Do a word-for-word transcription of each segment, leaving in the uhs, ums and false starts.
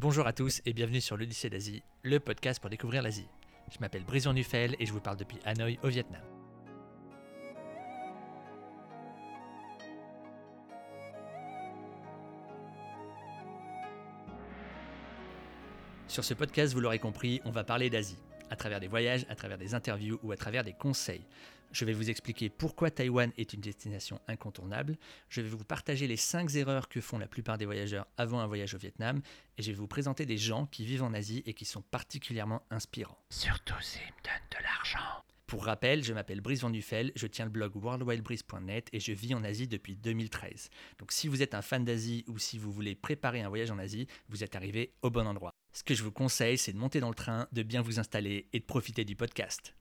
Bonjour à tous et bienvenue sur l'Odyssée d'Asie, le podcast pour découvrir l'Asie. Je m'appelle Brice Van Nuffel et je vous parle depuis Hanoï au Vietnam. Sur ce podcast, vous l'aurez compris, on va parler d'Asie, à travers des voyages, à travers des interviews ou à travers des conseils. Je vais vous expliquer pourquoi Taïwan est une destination incontournable, je vais vous partager les cinq erreurs que font la plupart des voyageurs avant un voyage au Vietnam, et je vais vous présenter des gens qui vivent en Asie et qui sont particulièrement inspirants. Surtout s'ils me donnent de l'argent. Pour rappel, je m'appelle Brice Van Nuffel, je tiens le blog world wide brice point net et je vis en Asie depuis deux mille treize. Donc si vous êtes un fan d'Asie ou si vous voulez préparer un voyage en Asie, vous êtes arrivé au bon endroit. Ce que je vous conseille, c'est de monter dans le train, de bien vous installer et de profiter du podcast.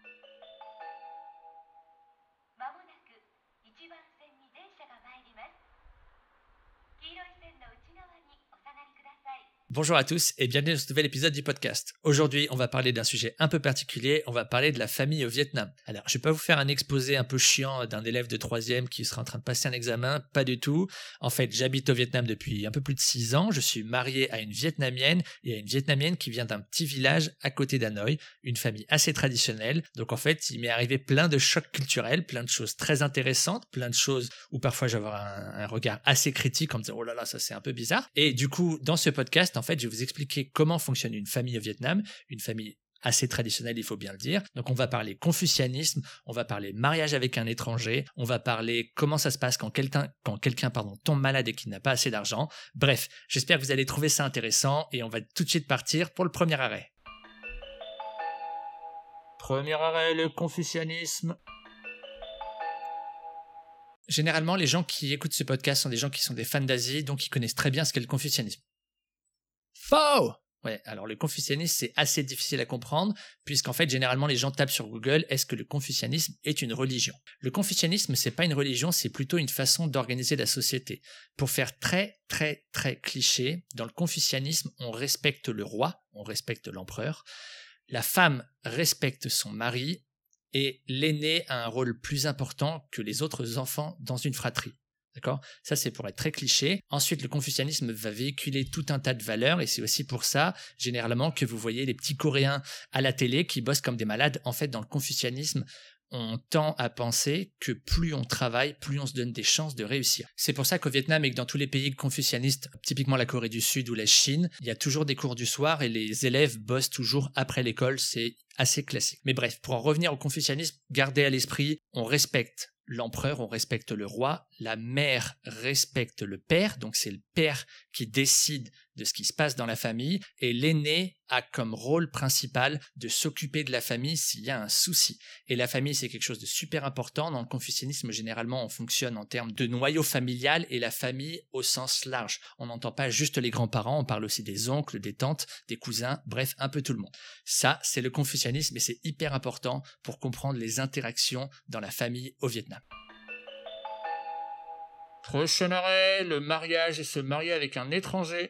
Bonjour à tous et bienvenue dans ce nouvel épisode du podcast. Aujourd'hui, on va parler d'un sujet un peu particulier, on va parler de la famille au Vietnam. Alors, je ne vais pas vous faire un exposé un peu chiant d'un élève de troisième qui sera en train de passer un examen, pas du tout. En fait, j'habite au Vietnam depuis un peu plus de six ans, je suis marié à une Vietnamienne et à une Vietnamienne qui vient d'un petit village à côté d'Hanoï, une famille assez traditionnelle. Donc en fait, il m'est arrivé plein de chocs culturels, plein de choses très intéressantes, plein de choses où parfois je vais avoir un, un regard assez critique en me disant « Oh là là, ça c'est un peu bizarre ». Et du coup, dans ce podcast, en fait, je vais vous expliquer comment fonctionne une famille au Vietnam, une famille assez traditionnelle, il faut bien le dire. Donc on va parler confucianisme, on va parler mariage avec un étranger, on va parler comment ça se passe quand quelqu'un, quand quelqu'un pardon, tombe malade et qu'il n'a pas assez d'argent. Bref, j'espère que vous allez trouver ça intéressant et on va tout de suite partir pour le premier arrêt. Premier arrêt, le confucianisme. Généralement, les gens qui écoutent ce podcast sont des gens qui sont des fans d'Asie, donc ils connaissent très bien ce qu'est le confucianisme. Faux! Ouais, alors le confucianisme, c'est assez difficile à comprendre, puisqu'en fait, généralement, les gens tapent sur Google « Est-ce que le confucianisme est une religion ?» Le confucianisme, c'est pas une religion, c'est plutôt une façon d'organiser la société. Pour faire très, très, très cliché, dans le confucianisme, on respecte le roi, on respecte l'empereur, la femme respecte son mari, et l'aîné a un rôle plus important que les autres enfants dans une fratrie. D'accord ? Ça, c'est pour être très cliché. Ensuite, le confucianisme va véhiculer tout un tas de valeurs et c'est aussi pour ça, généralement, que vous voyez les petits Coréens à la télé qui bossent comme des malades. En fait, dans le confucianisme, on tend à penser que plus on travaille, plus on se donne des chances de réussir. C'est pour ça qu'au Vietnam et que dans tous les pays confucianistes, typiquement la Corée du Sud ou la Chine, il y a toujours des cours du soir et les élèves bossent toujours après l'école. C'est assez classique. Mais bref, pour en revenir au confucianisme, gardez à l'esprit, on respecte l'empereur, on respecte le roi, la mère respecte le père, donc c'est le père qui décide de ce qui se passe dans la famille, et l'aîné a comme rôle principal de s'occuper de la famille s'il y a un souci. Et la famille, c'est quelque chose de super important. Dans le confucianisme, généralement, on fonctionne en termes de noyau familial et la famille au sens large. On n'entend pas juste les grands-parents, on parle aussi des oncles, des tantes, des cousins, bref, un peu tout le monde. Ça, c'est le confucianisme et c'est hyper important pour comprendre les interactions dans la famille au Vietnam. Prochain arrêt, le mariage et se marier avec un étranger.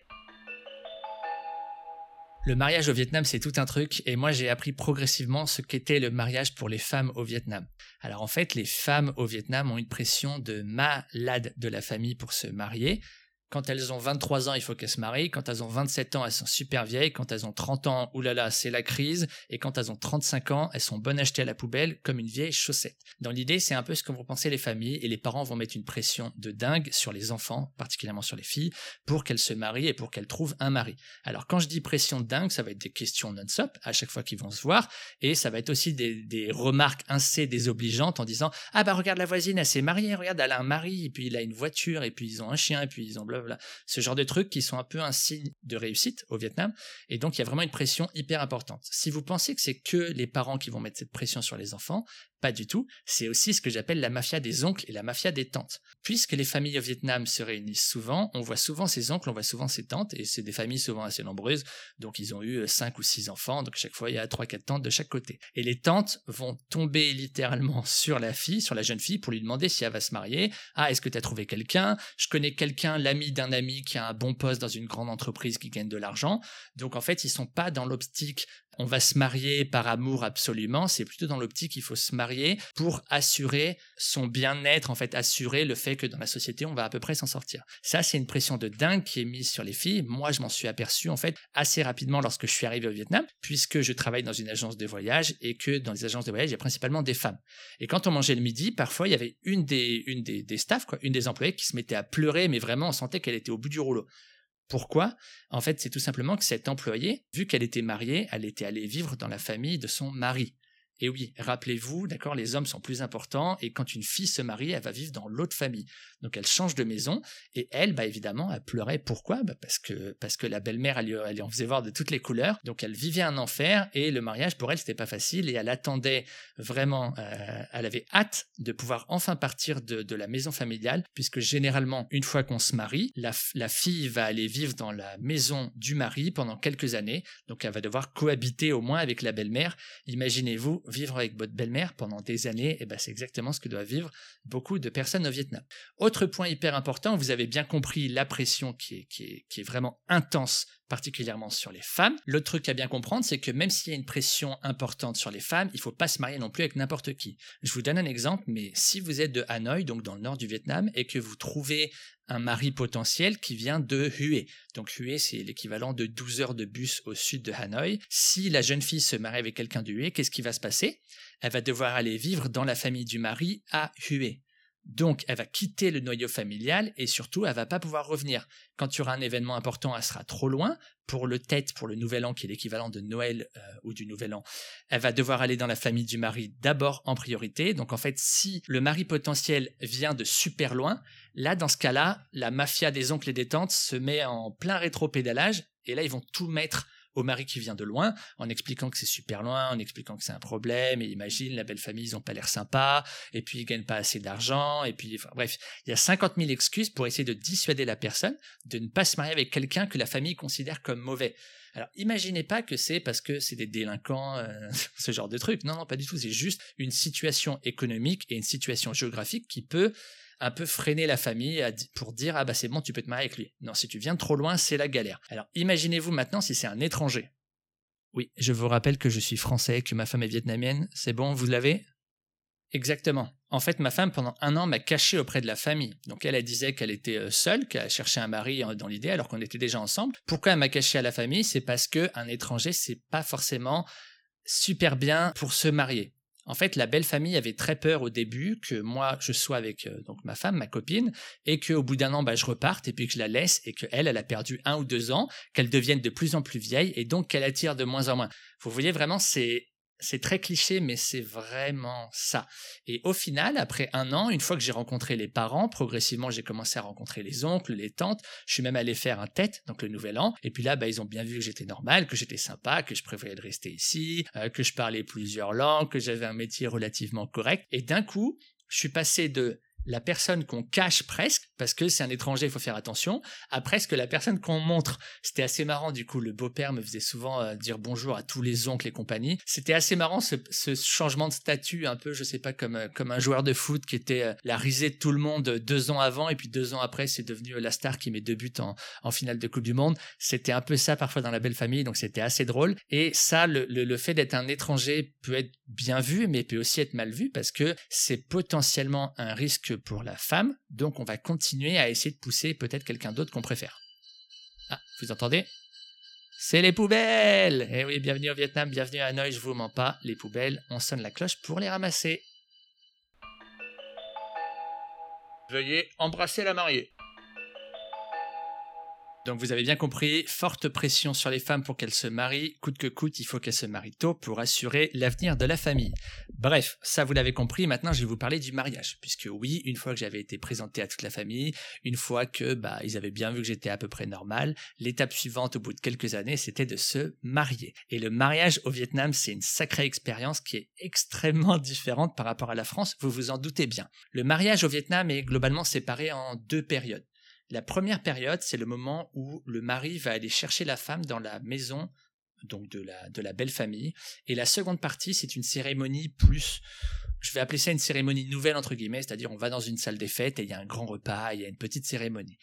Le mariage au Vietnam, c'est tout un truc et moi j'ai appris progressivement ce qu'était le mariage pour les femmes au Vietnam. Alors en fait, les femmes au Vietnam ont une pression de malade de la famille pour se marier. Quand elles ont vingt-trois ans, il faut qu'elles se marient. Quand elles ont vingt-sept ans, elles sont super vieilles. Quand elles ont trente ans, oulala, c'est la crise. Et quand elles ont trente-cinq ans, elles sont bonnes à jeter à la poubelle comme une vieille chaussette. Dans l'idée, c'est un peu ce que vont penser les familles et les parents vont mettre une pression de dingue sur les enfants, particulièrement sur les filles, pour qu'elles se marient et pour qu'elles trouvent un mari. Alors quand je dis pression de dingue, ça va être des questions non-stop à chaque fois qu'ils vont se voir et ça va être aussi des, des remarques assez désobligeantes en disant « Ah bah regarde la voisine, elle s'est mariée, regarde, elle a un mari et puis il a une voiture et puis ils ont un chien et puis ils ont blablabla. » Ce genre de trucs qui sont un peu un signe de réussite au Vietnam et donc il y a vraiment une pression hyper importante. Si vous pensez que c'est que les parents qui vont mettre cette pression sur les enfants, pas du tout, c'est aussi ce que j'appelle la mafia des oncles et la mafia des tantes. Puisque les familles au Vietnam se réunissent souvent, on voit souvent ces oncles, on voit souvent ces tantes, et c'est des familles souvent assez nombreuses, donc ils ont eu cinq ou six enfants, donc chaque fois il y a trois quatre tantes de chaque côté. Et les tantes vont tomber littéralement sur la fille, sur la jeune fille, pour lui demander si elle va se marier. Ah, est-ce que tu as trouvé quelqu'un ? Je connais quelqu'un, l'ami d'un ami qui a un bon poste dans une grande entreprise qui gagne de l'argent. Donc en fait, ils sont pas dans l'optique on va se marier par amour absolument, c'est plutôt dans l'optique qu'il faut se marier pour assurer son bien-être, en fait, assurer le fait que dans la société, on va à peu près s'en sortir. Ça, c'est une pression de dingue qui est mise sur les filles. Moi, je m'en suis aperçu, en fait, assez rapidement lorsque je suis arrivé au Vietnam, puisque je travaille dans une agence de voyage et que dans les agences de voyage, il y a principalement des femmes. Et quand on mangeait le midi, parfois, il y avait une des, une des, des staffs, quoi, une des employées qui se mettait à pleurer, mais vraiment, on sentait qu'elle était au bout du rouleau. Pourquoi ? En fait, c'est tout simplement que cette employée, vu qu'elle était mariée, elle était allée vivre dans la famille de son mari. Et oui, rappelez-vous, d'accord, les hommes sont plus importants et quand une fille se marie, elle va vivre dans l'autre famille. Donc elle change de maison et elle, bah évidemment, elle pleurait. Pourquoi ? Bah parce que parce que la belle-mère, elle, lui- elle lui en faisait voir de toutes les couleurs. Donc elle vivait un enfer et le mariage pour elle, c'était pas facile et elle attendait vraiment, euh, elle avait hâte de pouvoir enfin partir de, de la maison familiale puisque généralement, une fois qu'on se marie, la, f- la fille va aller vivre dans la maison du mari pendant quelques années. Donc elle va devoir cohabiter au moins avec la belle-mère. Imaginez-vous vivre avec votre belle-mère pendant des années, et ben c'est exactement ce que doivent vivre beaucoup de personnes au Vietnam. Autre point hyper important, vous avez bien compris la pression qui est, qui est, qui est vraiment intense, particulièrement sur les femmes. L'autre truc à bien comprendre, c'est que même s'il y a une pression importante sur les femmes, il ne faut pas se marier non plus avec n'importe qui. Je vous donne un exemple, mais si vous êtes de Hanoï, donc dans le nord du Vietnam, et que vous trouvez un mari potentiel qui vient de Hue. Donc Hue, c'est l'équivalent de douze heures de bus au sud de Hanoï. Si la jeune fille se marie avec quelqu'un de Hue, qu'est-ce qui va se passer ? Elle va devoir aller vivre dans la famille du mari à Hue. Donc, elle va quitter le noyau familial et surtout, elle va pas pouvoir revenir. Quand il y aura un événement important, elle sera trop loin. Pour le Tết, pour le Nouvel An, qui est l'équivalent de Noël euh, ou du Nouvel An, elle va devoir aller dans la famille du mari d'abord en priorité. Donc, en fait, si le mari potentiel vient de super loin, là, dans ce cas-là, la mafia des oncles et des tantes se met en plein rétro-pédalage et là, ils vont tout mettre au mari qui vient de loin, en expliquant que c'est super loin, en expliquant que c'est un problème, et imagine, la belle famille, ils ont pas l'air sympas, et puis ils gagnent pas assez d'argent, et puis, enfin, bref, il y a cinquante mille excuses pour essayer de dissuader la personne de ne pas se marier avec quelqu'un que la famille considère comme mauvais. Alors, imaginez pas que c'est parce que c'est des délinquants, euh, ce genre de truc. Non, non, pas du tout. C'est juste une situation économique et une situation géographique qui peut un peu freiner la famille pour dire « Ah bah c'est bon, tu peux te marier avec lui ». Non, si tu viens trop loin, c'est la galère. Alors, imaginez-vous maintenant si c'est un étranger. Oui, je vous rappelle que je suis français, que ma femme est vietnamienne. C'est bon, vous l'avez ? Exactement. En fait, ma femme, pendant un an, m'a caché auprès de la famille. Donc, elle, elle disait qu'elle était seule, qu'elle cherchait un mari dans l'idée, alors qu'on était déjà ensemble. Pourquoi elle m'a caché à la famille ? C'est parce qu'un étranger, c'est pas forcément super bien pour se marier. En fait, la belle famille avait très peur au début que moi, je sois avec euh, donc ma femme, ma copine, et qu'au bout d'un an, bah, je reparte, et puis que je la laisse, et qu'elle, elle a perdu un ou deux ans, qu'elle devienne de plus en plus vieille, et donc qu'elle attire de moins en moins. Vous voyez vraiment, c'est... C'est très cliché, mais c'est vraiment ça. Et au final, après un an, une fois que j'ai rencontré les parents, progressivement, j'ai commencé à rencontrer les oncles, les tantes. Je suis même allé faire un Tết, donc le Nouvel An. Et puis là, bah, ils ont bien vu que j'étais normal, que j'étais sympa, que je prévoyais de rester ici, euh, que je parlais plusieurs langues, que j'avais un métier relativement correct. Et d'un coup, je suis passé de la personne qu'on cache presque, parce que c'est un étranger, il faut faire attention, à presque la personne qu'on montre. C'était assez marrant, du coup, le beau-père me faisait souvent euh, dire bonjour à tous les oncles et compagnie. C'était assez marrant, ce, ce changement de statut, un peu, je sais pas, comme, euh, comme un joueur de foot qui était euh, la risée de tout le monde deux ans avant, et puis deux ans après, c'est devenu euh, la star qui met deux buts en, en finale de Coupe du Monde. C'était un peu ça, parfois, dans la belle famille, donc c'était assez drôle. Et ça, le, le, le fait d'être un étranger peut être bien vu, mais peut aussi être mal vu, parce que c'est potentiellement un risque pour la femme, donc on va continuer à essayer de pousser peut-être quelqu'un d'autre qu'on préfère. Ah, vous entendez ? C'est les poubelles ! Eh oui, bienvenue au Vietnam, bienvenue à Hanoï, je vous mens pas, les poubelles, on sonne la cloche pour les ramasser. Veuillez embrasser la mariée. Donc vous avez bien compris, forte pression sur les femmes pour qu'elles se marient, coûte que coûte, il faut qu'elles se marient tôt pour assurer l'avenir de la famille. Bref, ça vous l'avez compris, maintenant je vais vous parler du mariage, puisque oui, une fois que j'avais été présenté à toute la famille, une fois que bah ils avaient bien vu que j'étais à peu près normal, l'étape suivante au bout de quelques années, c'était de se marier. Et le mariage au Vietnam, c'est une sacrée expérience qui est extrêmement différente par rapport à la France, vous vous en doutez bien. Le mariage au Vietnam est globalement séparé en deux périodes. La première période, c'est le moment où le mari va aller chercher la femme dans la maison donc de la, de la belle famille. Et la seconde partie, c'est une cérémonie plus, je vais appeler ça une cérémonie nouvelle entre guillemets, c'est-à-dire on va dans une salle des fêtes et il y a un grand repas, il y a une petite cérémonie.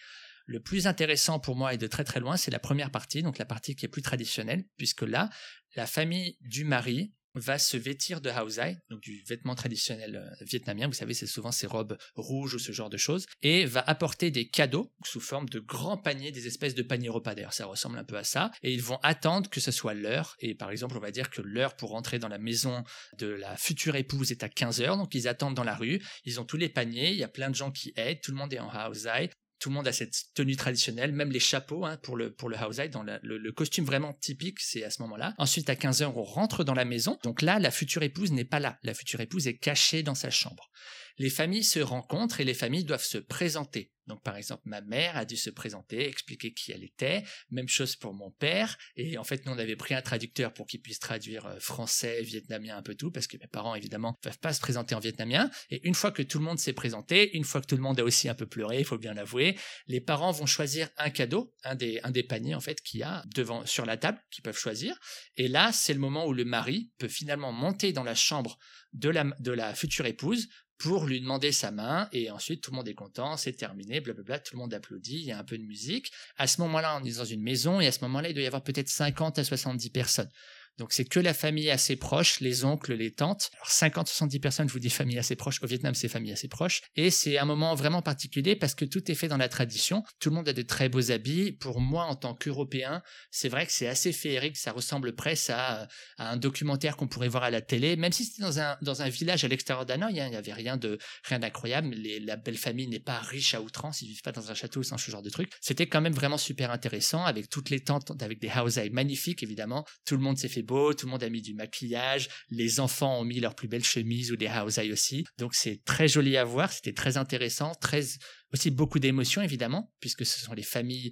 Le plus intéressant pour moi et de très très loin, c'est la première partie, donc la partie qui est plus traditionnelle, puisque là, la famille du mari va se vêtir de haozai, donc du vêtement traditionnel euh, vietnamien, vous savez, c'est souvent ces robes rouges ou ce genre de choses, et va apporter des cadeaux sous forme de grands paniers, des espèces de paniers repas, d'ailleurs ça ressemble un peu à ça, et ils vont attendre que ce soit l'heure, et par exemple on va dire que l'heure pour rentrer dans la maison de la future épouse est à quinze heures, donc ils attendent dans la rue, ils ont tous les paniers, il y a plein de gens qui aident, tout le monde est en haozai, tout le monde a cette tenue traditionnelle, même les chapeaux hein, pour le, pour le haozai, dans la, le, le costume vraiment typique, c'est à ce moment-là. Ensuite, à quinze heures, on rentre dans la maison. Donc là, la future épouse n'est pas là. La future épouse est cachée dans sa chambre. Les familles se rencontrent et les familles doivent se présenter. Donc par exemple, ma mère a dû se présenter, expliquer qui elle était. Même chose pour mon père. Et en fait, nous, on avait pris un traducteur pour qu'il puisse traduire euh, français, vietnamien, un peu tout, parce que mes parents, évidemment, ne peuvent pas se présenter en vietnamien. Et une fois que tout le monde s'est présenté, une fois que tout le monde a aussi un peu pleuré, il faut bien l'avouer, les parents vont choisir un cadeau, un des, un des paniers en fait qu'il y a devant, sur la table, qu'ils peuvent choisir. Et là, c'est le moment où le mari peut finalement monter dans la chambre de la, de la future épouse pour lui demander sa main, et ensuite tout le monde est content, c'est terminé, blablabla, tout le monde applaudit, il y a un peu de musique. À ce moment-là, on est dans une maison, et à ce moment-là, il doit y avoir peut-être cinquante à soixante-dix personnes. Donc c'est que la famille assez proche, les oncles, les tantes. Alors cinquante à soixante-dix personnes, je vous dis famille assez proche. Au Vietnam, c'est famille assez proche. Et c'est un moment vraiment particulier parce que tout est fait dans la tradition. Tout le monde a de très beaux habits. Pour moi, en tant qu'Européen, c'est vrai que c'est assez féerique. Ça ressemble presque à, à un documentaire qu'on pourrait voir à la télé. Même si c'était dans un, dans un village à l'extérieur d'Hanoï, hein, il n'y avait rien de, rien d'incroyable. Les, la belle famille n'est pas riche à outrance. Ils vivent pas dans un château sans ce genre de truc. C'était quand même vraiment super intéressant avec toutes les tantes, avec des haozai magnifiques, évidemment. Tout le monde s'est fait beau, tout le monde a mis du maquillage, les enfants ont mis leurs plus belles chemises ou des haozai aussi, donc c'est très joli à voir, c'était très intéressant, très aussi beaucoup d'émotions évidemment, puisque ce sont les familles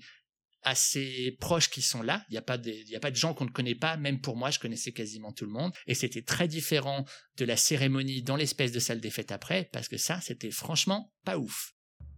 assez proches qui sont là, il n'y a pas de, il y a pas de gens qu'on ne connaît pas, même pour moi je connaissais quasiment tout le monde, et c'était très différent de la cérémonie dans l'espèce de salle des fêtes après, parce que ça c'était franchement pas ouf.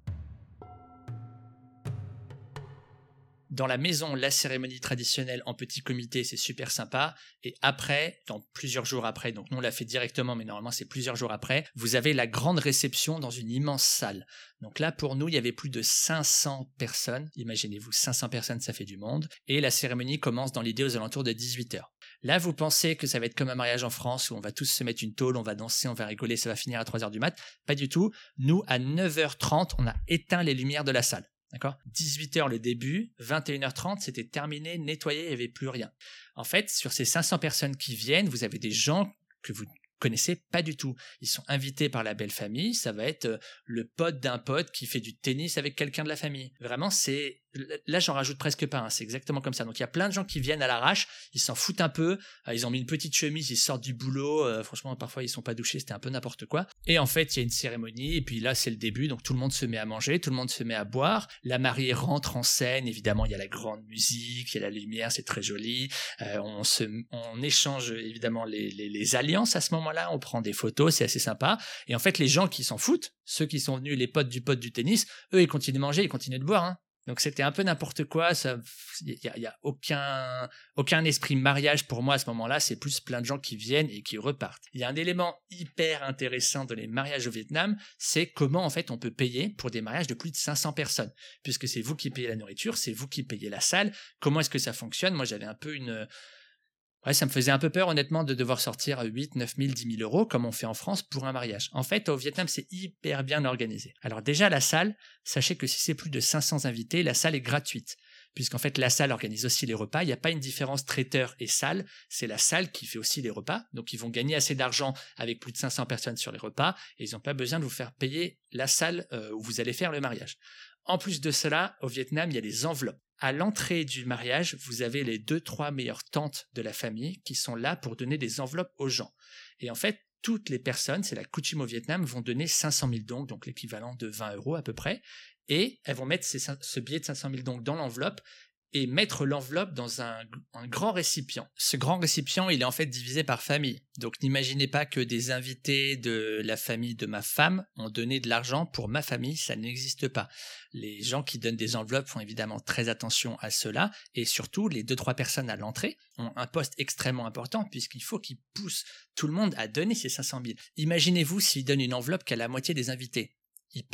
Dans la maison, la cérémonie traditionnelle en petit comité, c'est super sympa. Et après, dans plusieurs jours après, donc nous on l'a fait directement, mais normalement c'est plusieurs jours après, vous avez la grande réception dans une immense salle. Donc là, pour nous, il y avait plus de cinq cents personnes. Imaginez-vous, cinq cents personnes, ça fait du monde. Et la cérémonie commence dans l'idée aux alentours de dix-huit heures. Là, vous pensez que ça va être comme un mariage en France où on va tous se mettre une tôle, on va danser, on va rigoler, ça va finir à trois heures du mat. Pas du tout. Nous, à neuf heures trente, on a éteint les lumières de la salle. D'accord ? dix-huit heures le début, vingt et une heures trente, c'était terminé, nettoyé, il n'y avait plus rien. En fait, sur ces cinq cents personnes qui viennent, vous avez des gens que vous connaissez pas du tout. Ils sont invités par la belle famille, ça va être le pote d'un pote qui fait du tennis avec quelqu'un de la famille. Vraiment, c'est... Là, j'en rajoute presque pas, hein. C'est exactement comme ça. Donc, il y a plein de gens qui viennent à l'arrache, ils s'en foutent un peu, ils ont mis une petite chemise, ils sortent du boulot, euh, franchement, parfois, ils sont pas douchés, c'était un peu n'importe quoi. Et en fait, il y a une cérémonie, et puis là, c'est le début, donc tout le monde se met à manger, tout le monde se met à boire, la mariée rentre en scène, évidemment, il y a la grande musique, il y a la lumière, c'est très joli, euh, on, se, on échange, évidemment, les, les, les alliances à ce moment-là, on prend des photos, c'est assez sympa, et en fait, les gens qui s'en foutent, ceux qui sont venus, les potes du pote du tennis, eux, ils continuent de manger, ils continuent de boire, hein. Donc c'était un peu n'importe quoi, il y a, y a aucun, aucun esprit mariage pour moi à ce moment-là, c'est plus plein de gens qui viennent et qui repartent. Il y a un élément hyper intéressant dans les mariages au Vietnam, c'est comment en fait on peut payer pour des mariages de plus de cinq cents personnes, puisque c'est vous qui payez la nourriture, c'est vous qui payez la salle, comment est-ce que ça fonctionne ? Moi j'avais un peu une... Ouais, ça me faisait un peu peur, honnêtement, de devoir sortir huit, neuf mille, dix mille euros, comme on fait en France, pour un mariage. En fait, au Vietnam, c'est hyper bien organisé. Alors déjà, la salle, sachez que si c'est plus de cinq cents invités, la salle est gratuite. Puisqu'en fait, la salle organise aussi les repas. Il n'y a pas une différence traiteur et salle. C'est la salle qui fait aussi les repas. Donc, ils vont gagner assez d'argent avec plus de cinq cents personnes sur les repas. Et ils n'ont pas besoin de vous faire payer la salle euh, où vous allez faire le mariage. En plus de cela, au Vietnam, il y a des enveloppes. À l'entrée du mariage, vous avez les deux, trois meilleures tantes de la famille qui sont là pour donner des enveloppes aux gens. Et en fait, toutes les personnes, c'est la coutume au Vietnam, vont donner cinq cent mille dong, donc l'équivalent de vingt euros à peu près. Et elles vont mettre ces, ce billet de cinq cent mille dong dans l'enveloppe et mettre l'enveloppe dans un, un grand récipient. Ce grand récipient, il est en fait divisé par famille. Donc n'imaginez pas que des invités de la famille de ma femme ont donné de l'argent pour ma famille, ça n'existe pas. Les gens qui donnent des enveloppes font évidemment très attention à cela, et surtout les deux trois personnes à l'entrée ont un poste extrêmement important puisqu'il faut qu'ils poussent tout le monde à donner ces cinq cent mille. Imaginez-vous s'ils donnent une enveloppe qu'à la moitié des invités. Ils perdent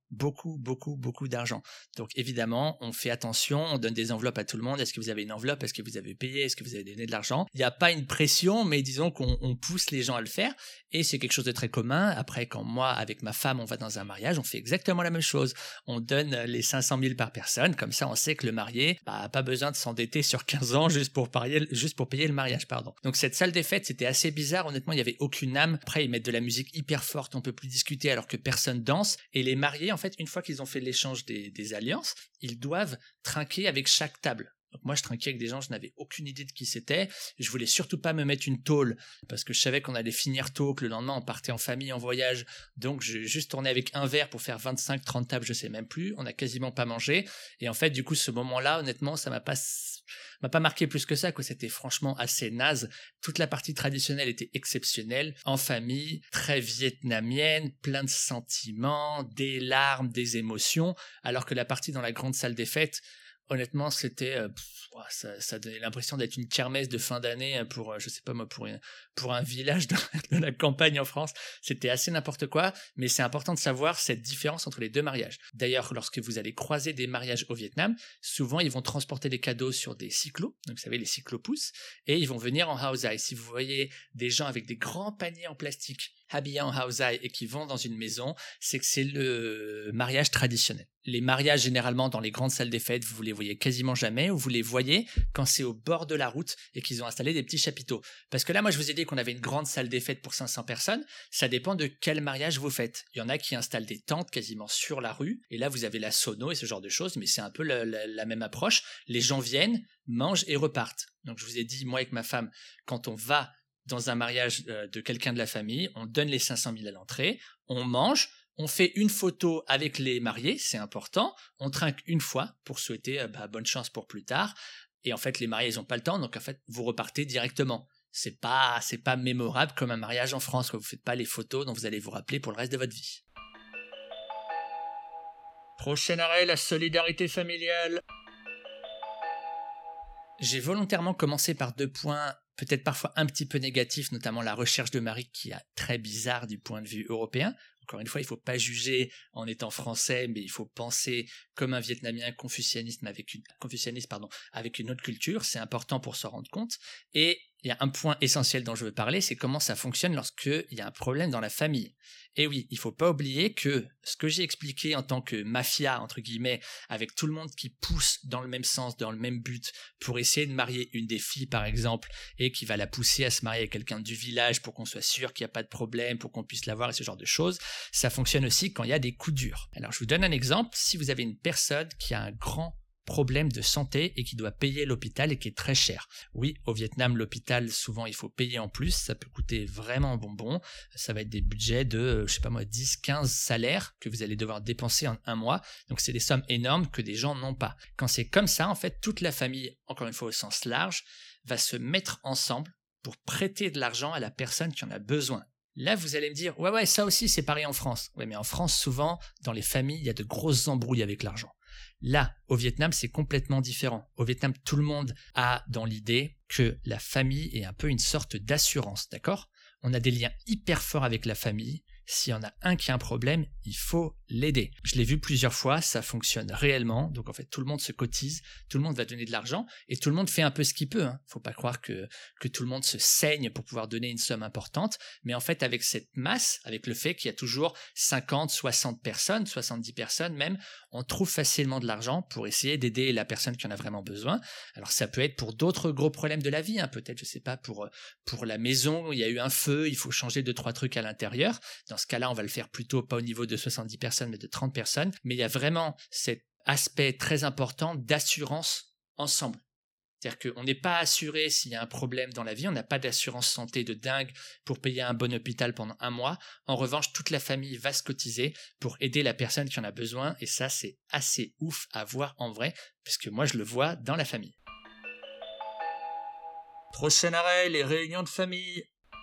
beaucoup, beaucoup, beaucoup d'argent. Donc évidemment, on fait attention, on donne des enveloppes à tout le monde. Est-ce que vous avez une enveloppe? Est-ce que vous avez payé? Est-ce que vous avez donné de l'argent? Il n'y a pas une pression, mais disons qu'on on pousse les gens à le faire et c'est quelque chose de très commun. Après, quand moi, avec ma femme, on va dans un mariage, on fait exactement la même chose. On donne les cinq cent mille par personne, comme ça on sait que le marié n'a bah, pas besoin de s'endetter sur quinze ans juste pour, parier, juste pour payer le mariage. Pardon. Donc cette salle des fêtes, c'était assez bizarre. Honnêtement, il n'y avait aucune âme. Après, ils mettent de la musique hyper forte, on peut plus discuter alors que personne danse. Et les mariés, en fait, une fois qu'ils ont fait l'échange des, des alliances, ils doivent trinquer avec chaque table. Donc moi, je trinquais avec des gens, je n'avais aucune idée de qui c'était. Je voulais surtout pas me mettre une tôle parce que je savais qu'on allait finir tôt, que le lendemain, on partait en famille, en voyage. Donc, j'ai juste tourné avec un verre pour faire vingt-cinq trente tables, je sais même plus. On n'a quasiment pas mangé. Et en fait, du coup, ce moment-là, honnêtement, ça m'a pas, m'a pas marqué plus que ça, quoi. C'était franchement assez naze. Toute la partie traditionnelle était exceptionnelle. En famille, très vietnamienne, plein de sentiments, des larmes, des émotions. Alors que la partie dans la grande salle des fêtes, honnêtement, c'était, euh, pff, ça, ça donnait l'impression d'être une kermesse de fin d'année pour, euh, je sais pas moi, pour, une, pour un village de, de la campagne en France. C'était assez n'importe quoi, mais c'est important de savoir cette différence entre les deux mariages. D'ailleurs, lorsque vous allez croiser des mariages au Vietnam, souvent ils vont transporter des cadeaux sur des cyclos, donc vous savez les cyclopousses, et ils vont venir en haozai. Si vous voyez des gens avec des grands paniers en plastique habillés en haozai et qui vont dans une maison, c'est que c'est le mariage traditionnel. Les mariages, généralement, dans les grandes salles des fêtes, vous les voyez quasiment jamais, ou vous les voyez quand c'est au bord de la route et qu'ils ont installé des petits chapiteaux. Parce que là, moi, je vous ai dit qu'on avait une grande salle des fêtes pour cinq cents personnes. Ça dépend de quel mariage vous faites. Il y en a qui installent des tentes quasiment sur la rue, et là, vous avez la sono et ce genre de choses, mais c'est un peu la, la, la même approche. Les gens viennent, mangent et repartent. Donc, je vous ai dit, moi, avec ma femme, quand on va dans un mariage de quelqu'un de la famille, on donne les cinq cent mille à l'entrée, on mange, on fait une photo avec les mariés, c'est important, on trinque une fois pour souhaiter bah, bonne chance pour plus tard, et en fait les mariés ils n'ont pas le temps, donc en fait vous repartez directement. C'est pas, c'est pas mémorable comme un mariage en France, quoi. Vous faites pas les photos dont vous allez vous rappeler pour le reste de votre vie. Prochain arrêt, la solidarité familiale. J'ai volontairement commencé par deux points peut-être parfois un petit peu négatifs, notamment la recherche de mari qui est très bizarre du point de vue européen. Encore une fois, il ne faut pas juger en étant français, mais il faut penser comme un Vietnamien confucianiste, avec une, confucianiste pardon, avec une autre culture. C'est important pour s'en rendre compte. Et il y a un point essentiel dont je veux parler, c'est comment ça fonctionne lorsqu'il y a un problème dans la famille. Et oui, il ne faut pas oublier que ce que j'ai expliqué en tant que mafia, entre guillemets, avec tout le monde qui pousse dans le même sens, dans le même but, pour essayer de marier une des filles, par exemple, et qui va la pousser à se marier avec quelqu'un du village pour qu'on soit sûr qu'il n'y a pas de problème, pour qu'on puisse l'avoir et ce genre de choses, ça fonctionne aussi quand il y a des coups durs. Alors, je vous donne un exemple. Si vous avez une personne qui a un grand problème de santé et qui doit payer l'hôpital et qui est très cher. Oui, au Vietnam, l'hôpital, souvent, il faut payer en plus. Ça peut coûter vraiment bonbon. Ça va être des budgets de, je sais pas moi, dix, quinze salaires que vous allez devoir dépenser en un mois. Donc, c'est des sommes énormes que des gens n'ont pas. Quand c'est comme ça, en fait, toute la famille, encore une fois au sens large, va se mettre ensemble pour prêter de l'argent à la personne qui en a besoin. Là, vous allez me dire, ouais, ouais, ça aussi, c'est pareil en France. Ouais, mais en France, souvent, dans les familles, il y a de grosses embrouilles avec l'argent. Là, au Vietnam, c'est complètement différent. Au Vietnam, tout le monde a dans l'idée que la famille est un peu une sorte d'assurance, d'accord ? On a des liens hyper forts avec la famille. S'il y en a un qui a un problème, il faut l'aider. Je l'ai vu plusieurs fois, ça fonctionne réellement. Donc en fait, tout le monde se cotise, tout le monde va donner de l'argent et tout le monde fait un peu ce qu'il peut. Hein. Faut pas croire que, que tout le monde se saigne pour pouvoir donner une somme importante. Mais en fait, avec cette masse, avec le fait qu'il y a toujours cinquante, soixante personnes, soixante-dix personnes même, on trouve facilement de l'argent pour essayer d'aider la personne qui en a vraiment besoin. Alors ça peut être pour d'autres gros problèmes de la vie, hein. Peut-être, je sais pas, pour, pour la maison, il y a eu un feu, il faut changer deux, trois trucs à l'intérieur. Dans ce cas-là, on va le faire plutôt pas au niveau de soixante-dix personnes, mais de trente personnes. Mais il y a vraiment cet aspect très important d'assurance ensemble. C'est-à-dire qu'on n'est pas assuré s'il y a un problème dans la vie, on n'a pas d'assurance santé de dingue pour payer un bon hôpital pendant un mois. En revanche, toute la famille va se cotiser pour aider la personne qui en a besoin. Et ça, c'est assez ouf à voir en vrai, parce que moi, je le vois dans la famille. Prochain arrêt, les réunions de famille.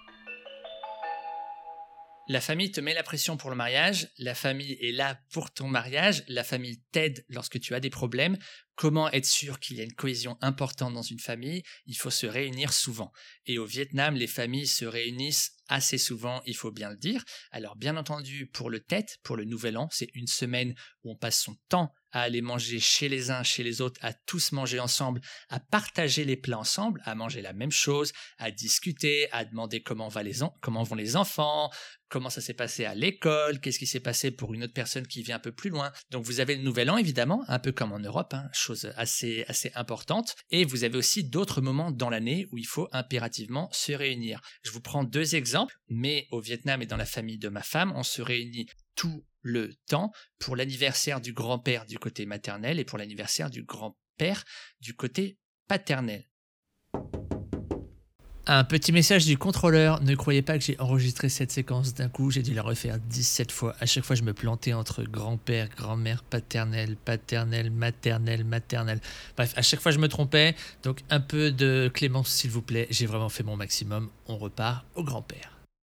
La famille te met la pression pour le mariage, la famille est là pour ton mariage, la famille t'aide lorsque tu as des problèmes. Comment être sûr qu'il y a une cohésion importante dans une famille? Il faut se réunir souvent. Et au Vietnam, les familles se réunissent assez souvent, il faut bien le dire. Alors bien entendu, pour le Tết, pour le Nouvel An, c'est une semaine où on passe son temps à aller manger chez les uns, chez les autres, à tous manger ensemble, à partager les plats ensemble, à manger la même chose, à discuter, à demander comment, va les en- comment vont les enfants, comment ça s'est passé à l'école, qu'est-ce qui s'est passé pour une autre personne qui vient un peu plus loin. Donc vous avez le Nouvel An évidemment, un peu comme en Europe, hein, chose assez, assez importante. Et vous avez aussi d'autres moments dans l'année où il faut impérativement se réunir. Je vous prends deux exemples, mais au Vietnam et dans la famille de ma femme, on se réunit tout le temps pour l'anniversaire du grand-père du côté maternel et pour l'anniversaire du grand-père du côté paternel. Un petit message du contrôleur, ne croyez pas que j'ai enregistré cette séquence d'un coup, j'ai dû la refaire dix-sept fois. À chaque fois, je me plantais entre grand-père, grand-mère, paternel, paternel, maternel, maternel. Bref, à chaque fois, je me trompais. Donc, un peu de clémence, s'il vous plaît. J'ai vraiment fait mon maximum. On repart au grand-père.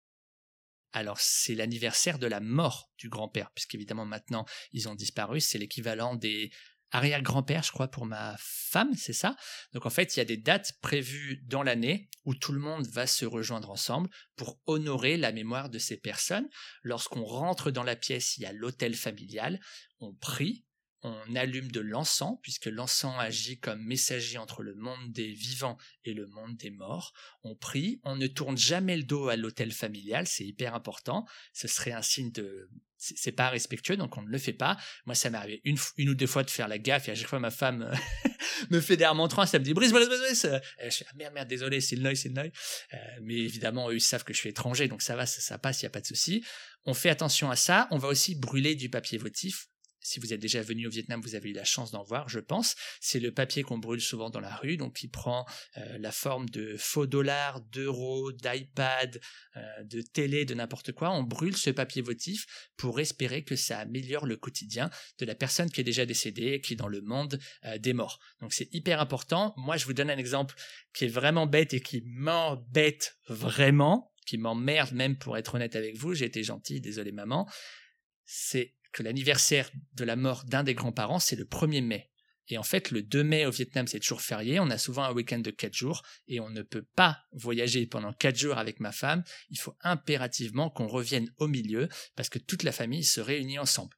Alors, c'est l'anniversaire de la mort du grand-père, puisqu'évidemment, maintenant, ils ont disparu. C'est l'équivalent des arrière-grand-père, je crois, pour ma femme, c'est ça. Donc en fait, il y a des dates prévues dans l'année où tout le monde va se rejoindre ensemble pour honorer la mémoire de ces personnes. Lorsqu'on rentre dans la pièce, il y a l'autel familial, on prie, on allume de l'encens, puisque l'encens agit comme messager entre le monde des vivants et le monde des morts. On prie, on ne tourne jamais le dos à l'autel familial, c'est hyper important. Ce serait un signe de... c'est pas respectueux, donc on ne le fait pas. Moi, ça m'est arrivé une, une ou deux fois de faire la gaffe, et à chaque fois, ma femme me fait des remontrants, ça me dit « Brice, Brice, Brice, Brice !» Je fais ah, « Merde, merde, désolé, c'est le Noy, c'est le Noy. Euh, » Mais évidemment, eux, ils savent que je suis étranger, donc ça va, ça, ça passe, il n'y a pas de souci. On fait attention à ça. On va aussi brûler du papier votif. Si vous êtes déjà venu au Vietnam, vous avez eu la chance d'en voir, je pense. C'est le papier qu'on brûle souvent dans la rue, donc qui prend euh, la forme de faux dollars, d'euros, d'iPad, euh, de télé, de n'importe quoi. On brûle ce papier votif pour espérer que ça améliore le quotidien de la personne qui est déjà décédée, qui est dans le monde euh, des morts. Donc c'est hyper important. Moi, je vous donne un exemple qui est vraiment bête et qui m'embête vraiment, qui m'emmerde même pour être honnête avec vous. J'ai été gentil, désolé maman. C'est que l'anniversaire de la mort d'un des grands-parents, c'est le premier mai. Et en fait, le deux mai au Vietnam, c'est toujours férié. On a souvent un week-end de quatre jours et on ne peut pas voyager pendant quatre jours avec ma femme. Il faut impérativement qu'on revienne au milieu parce que toute la famille se réunit ensemble.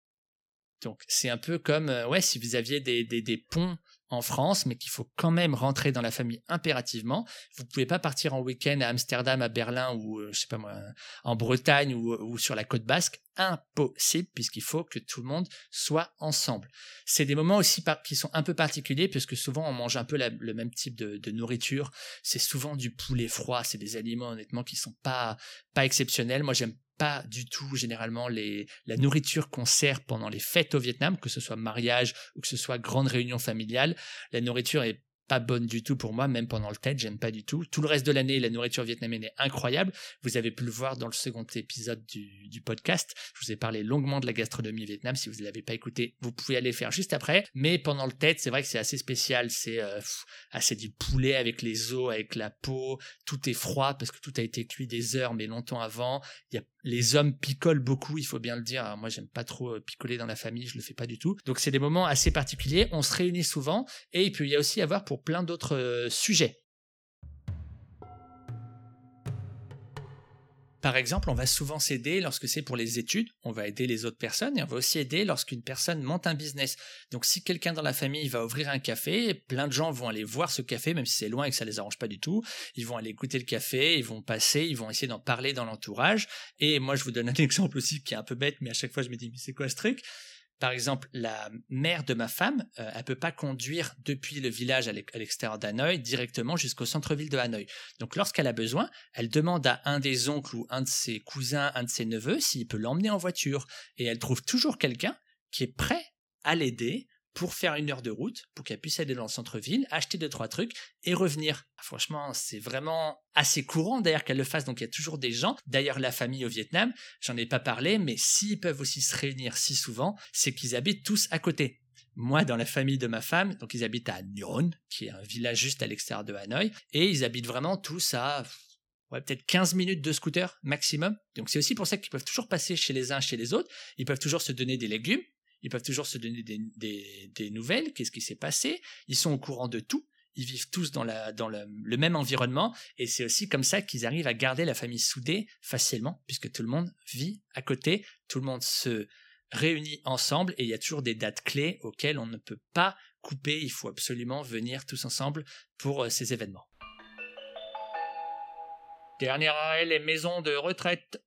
Donc, c'est un peu comme euh, ouais, si vous aviez des, des, des ponts en France, mais qu'il faut quand même rentrer dans la famille impérativement. Vous pouvez pas partir en week-end à Amsterdam, à Berlin ou euh, je sais pas moi, en Bretagne ou, ou sur la côte basque. Impossible, puisqu'il faut que tout le monde soit ensemble. C'est des moments aussi par, qui sont un peu particuliers, puisque souvent on mange un peu la, le même type de, de nourriture. C'est souvent du poulet froid. C'est des aliments honnêtement qui sont pas pas exceptionnels. Moi, j'aime pas du tout généralement les, la nourriture qu'on sert pendant les fêtes au Vietnam, que ce soit mariage ou que ce soit grande réunion familiale. La nourriture est pas bonne du tout pour moi, même pendant le Tết, j'aime pas du tout. Tout le reste de l'année, la nourriture vietnamienne est incroyable. Vous avez pu le voir dans le second épisode du, du podcast. Je vous ai parlé longuement de la gastronomie Vietnam. Si vous ne l'avez pas écouté, vous pouvez aller le faire juste après. Mais pendant le Tết, c'est vrai que c'est assez spécial. C'est euh, assez du poulet avec les os, avec la peau. Tout est froid parce que tout a été cuit des heures, mais longtemps avant. Il y a les hommes picolent beaucoup, il faut bien le dire. Alors moi, j'aime pas trop picoler dans la famille, je le fais pas du tout. Donc, c'est des moments assez particuliers. On se réunit souvent et il peut y aussi avoir pour plein d'autres euh, sujets. Par exemple, on va souvent s'aider lorsque c'est pour les études, on va aider les autres personnes et on va aussi aider lorsqu'une personne monte un business. Donc si quelqu'un dans la famille va ouvrir un café, plein de gens vont aller voir ce café, même si c'est loin et que ça les arrange pas du tout. Ils vont aller goûter le café, ils vont passer, ils vont essayer d'en parler dans l'entourage. Et moi, je vous donne un exemple aussi qui est un peu bête, mais à chaque fois je me dis, mais c'est quoi ce truc ? Par exemple, la mère de ma femme, euh, elle peut pas conduire depuis le village à l'extérieur d'Hanoï directement jusqu'au centre-ville de Hanoï. Donc, lorsqu'elle a besoin, elle demande à un des oncles ou un de ses cousins, un de ses neveux, s'il peut l'emmener en voiture. Et elle trouve toujours quelqu'un qui est prêt à l'aider pour faire une heure de route, pour qu'elle puisse aller dans le centre-ville, acheter deux, trois trucs et revenir. Franchement, c'est vraiment assez courant d'ailleurs qu'elle le fasse, donc il y a toujours des gens. D'ailleurs, la famille au Vietnam, j'en ai pas parlé, mais s'ils peuvent aussi se réunir si souvent, c'est qu'ils habitent tous à côté. Moi, dans la famille de ma femme, donc ils habitent à Nyon, qui est un village juste à l'extérieur de Hanoï, et ils habitent vraiment tous à... ouais, peut-être quinze minutes de scooter maximum. Donc c'est aussi pour ça qu'ils peuvent toujours passer chez les uns, chez les autres. Ils peuvent toujours se donner des légumes. Ils peuvent toujours se donner des, des, des nouvelles, qu'est-ce qui s'est passé, ils sont au courant de tout, ils vivent tous dans, la, dans le, le même environnement, et c'est aussi comme ça qu'ils arrivent à garder la famille soudée facilement, puisque tout le monde vit à côté, tout le monde se réunit ensemble, et il y a toujours des dates clés auxquelles on ne peut pas couper, il faut absolument venir tous ensemble pour euh, ces événements. Dernier arrêt, les maisons de retraite.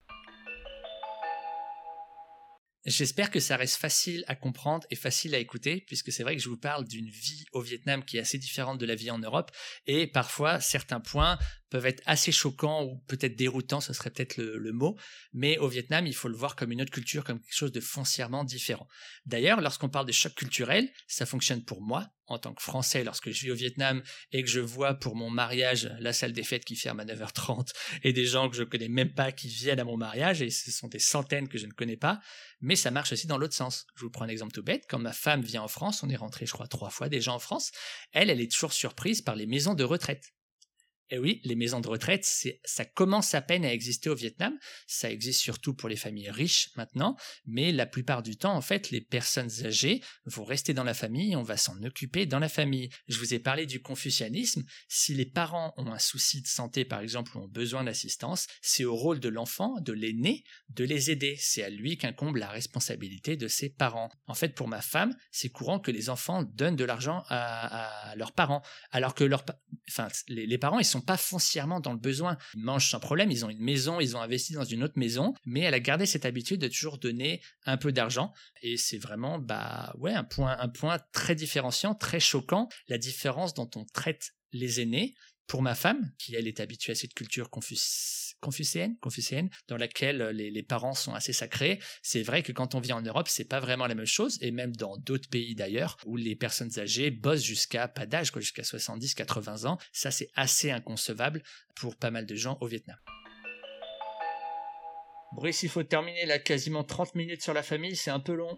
J'espère que ça reste facile à comprendre et facile à écouter, puisque c'est vrai que je vous parle d'une vie au Vietnam qui est assez différente de la vie en Europe, et parfois certains points peuvent être assez choquants ou peut-être déroutants, ce serait peut-être le, le mot, mais au Vietnam, il faut le voir comme une autre culture, comme quelque chose de foncièrement différent. D'ailleurs, lorsqu'on parle de choc culturel, ça fonctionne pour moi, en tant que Français, lorsque je vis au Vietnam et que je vois pour mon mariage la salle des fêtes qui ferme à neuf heures trente et des gens que je ne connais même pas qui viennent à mon mariage, et ce sont des centaines que je ne connais pas, mais ça marche aussi dans l'autre sens. Je vous prends un exemple tout bête, quand ma femme vient en France, on est rentré je crois trois fois déjà en France, elle, elle est toujours surprise par les maisons de retraite. Et oui, les maisons de retraite, c'est, ça commence à peine à exister au Vietnam. Ça existe surtout pour les familles riches maintenant, mais la plupart du temps, en fait, les personnes âgées vont rester dans la famille, on va s'en occuper dans la famille. Je vous ai parlé du confucianisme. Si les parents ont un souci de santé, par exemple, ou ont besoin d'assistance, c'est au rôle de l'enfant, de l'aîné, de les aider. C'est à lui qu'incombe la responsabilité de ses parents. En fait, pour ma femme, c'est courant que les enfants donnent de l'argent à, à leurs parents, alors que leurs, enfin, les, les parents, ils sont pas foncièrement dans le besoin. Ils mangent sans problème, ils ont une maison, ils ont investi dans une autre maison, mais elle a gardé cette habitude de toujours donner un peu d'argent, et c'est vraiment bah ouais un point un point très différenciant, très choquant, la différence dont on traite les aînés. Pour ma femme, qui elle est habituée à cette culture confuci- confucéenne, confucéenne, dans laquelle les, les parents sont assez sacrés, c'est vrai que quand on vit en Europe, c'est pas vraiment la même chose, et même dans d'autres pays d'ailleurs, où les personnes âgées bossent jusqu'à pas d'âge, quoi, jusqu'à soixante-dix, quatre-vingts ans, ça c'est assez inconcevable pour pas mal de gens au Vietnam. Brice, il faut terminer là, quasiment trente minutes sur la famille, c'est un peu long.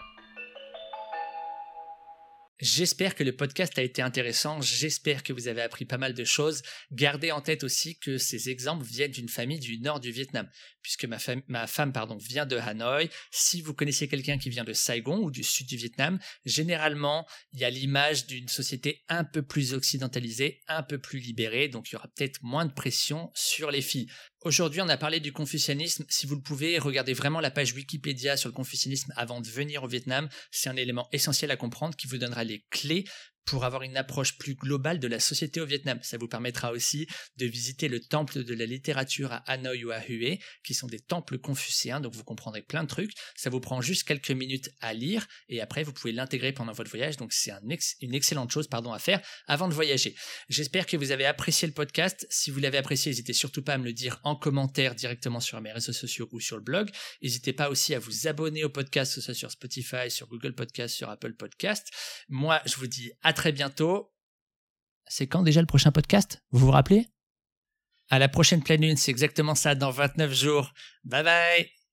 J'espère que le podcast a été intéressant, j'espère que vous avez appris pas mal de choses. Gardez en tête aussi que ces exemples viennent d'une famille du nord du Vietnam, puisque ma, fam- ma femme pardon, vient de Hanoï. Si vous connaissez quelqu'un qui vient de Saigon ou du sud du Vietnam, généralement, il y a l'image d'une société un peu plus occidentalisée, un peu plus libérée, donc il y aura peut-être moins de pression sur les filles. Aujourd'hui, on a parlé du confucianisme. Si vous le pouvez, regardez vraiment la page Wikipédia sur le confucianisme avant de venir au Vietnam. C'est un élément essentiel à comprendre qui vous donnera les clés pour avoir une approche plus globale de la société au Vietnam. Ça vous permettra aussi de visiter le temple de la littérature à Hanoï ou à Hue, qui sont des temples confucéens, donc vous comprendrez plein de trucs. Ça vous prend juste quelques minutes à lire, et après vous pouvez l'intégrer pendant votre voyage, donc c'est un ex- une excellente chose pardon, à faire avant de voyager. J'espère que vous avez apprécié le podcast. Si vous l'avez apprécié, n'hésitez surtout pas à me le dire en commentaire directement sur mes réseaux sociaux ou sur le blog. N'hésitez pas aussi à vous abonner au podcast, que ce soit sur Spotify, sur Google Podcast, sur Apple Podcast. Moi, je vous dis à très bientôt. C'est quand déjà le prochain podcast? Vous vous rappelez? À la prochaine pleine lune, c'est exactement ça, dans vingt-neuf jours. Bye bye!